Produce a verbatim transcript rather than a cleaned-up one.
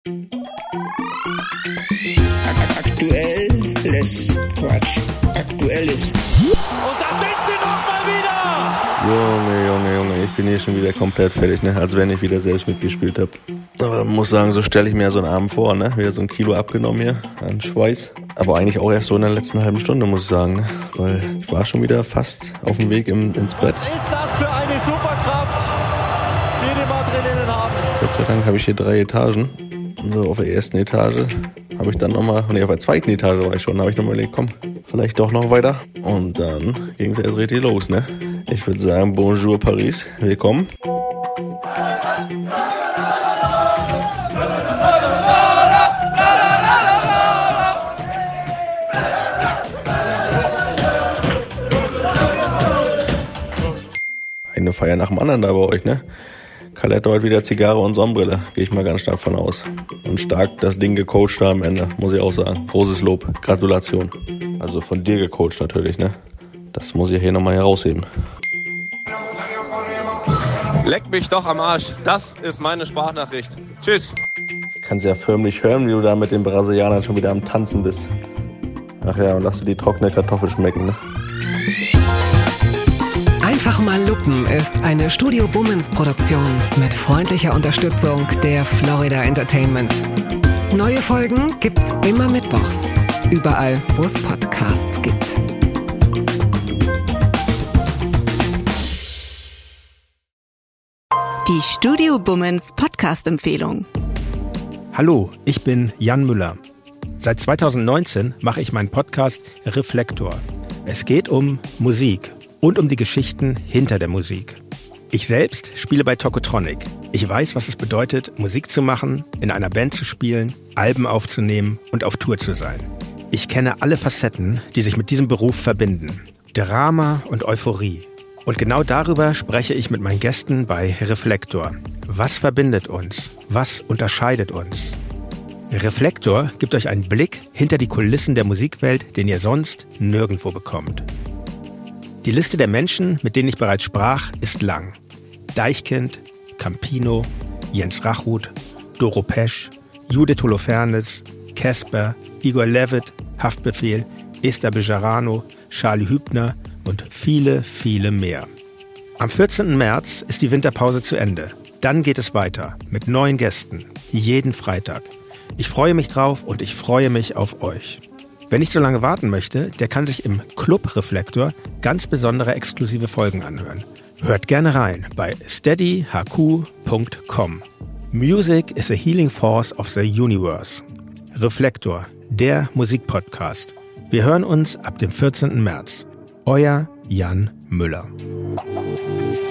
Aktuelles Quatsch. Aktuelles. Und da sind sie nochmal wieder! Junge, Junge, Junge, ich bin hier schon wieder komplett fertig, ne? Als wenn ich wieder selbst mitgespielt habe. Aber muss sagen, so stelle ich mir so einen Abend vor, ne? Wieder so ein Kilo abgenommen hier an Schweiß. Aber eigentlich auch erst so in der letzten halben Stunde, muss ich sagen, ne? Weil ich war schon wieder fast auf dem Weg im, ins Brett. Was ist das für eine Superkraft, die die Madrilenen haben? Gott sei Dank habe ich hier drei Etagen. So, auf der ersten Etage habe ich dann nochmal, ne, auf der zweiten Etage war ich schon, habe ich nochmal überlegt, komm, vielleicht doch noch weiter. Und dann ging es erst richtig los, ne? Ich würde sagen, bonjour Paris, willkommen. Eine Feier nach dem anderen da bei euch, ne? Kalette heute wieder Zigarre und Sonnenbrille, gehe ich mal ganz stark von aus. Und stark das Ding gecoacht da am Ende, muss ich auch sagen. Großes Lob, Gratulation. Also von dir gecoacht natürlich, ne? Das muss ich hier nochmal herausheben. Leck mich doch am Arsch, das ist meine Sprachnachricht. Tschüss. Ich kann es ja förmlich hören, wie du da mit den Brasilianern schon wieder am Tanzen bist. Ach ja, und lass dir die trockene Kartoffel schmecken, ne? Einfach mal lupen ist eine Studio Bummens Produktion mit freundlicher Unterstützung der Florida Entertainment. Neue Folgen gibt's immer mittwochs, überall wo es Podcasts gibt. Die Studio Bummens Podcast-Empfehlung. Hallo, ich bin Jan Müller. Seit zweitausendneunzehn mache ich meinen Podcast Reflektor. Es geht um Musik und um die Geschichten hinter der Musik. Ich selbst spiele bei Tokotronic. Ich weiß, was es bedeutet, Musik zu machen, in einer Band zu spielen, Alben aufzunehmen und auf Tour zu sein. Ich kenne alle Facetten, die sich mit diesem Beruf verbinden. Drama und Euphorie. Und genau darüber spreche ich mit meinen Gästen bei Reflektor. Was verbindet uns? Was unterscheidet uns? Reflektor gibt euch einen Blick hinter die Kulissen der Musikwelt, den ihr sonst nirgendwo bekommt. Die Liste der Menschen, mit denen ich bereits sprach, ist lang. Deichkind, Campino, Jens Rachut, Doro Pesch, Judith Holofernes, Casper, Igor Levit, Haftbefehl, Esther Bejarano, Charlie Hübner und viele, viele mehr. Am vierzehnten März ist die Winterpause zu Ende. Dann geht es weiter mit neuen Gästen, jeden Freitag. Ich freue mich drauf und ich freue mich auf euch. Wer nicht so lange warten möchte, der kann sich im Club Reflektor ganz besondere exklusive Folgen anhören. Hört gerne rein bei steady h q punkt com. Music is a healing force of the universe. Reflektor, der Musikpodcast. Wir hören uns ab dem vierzehnten März. Euer Jan Müller.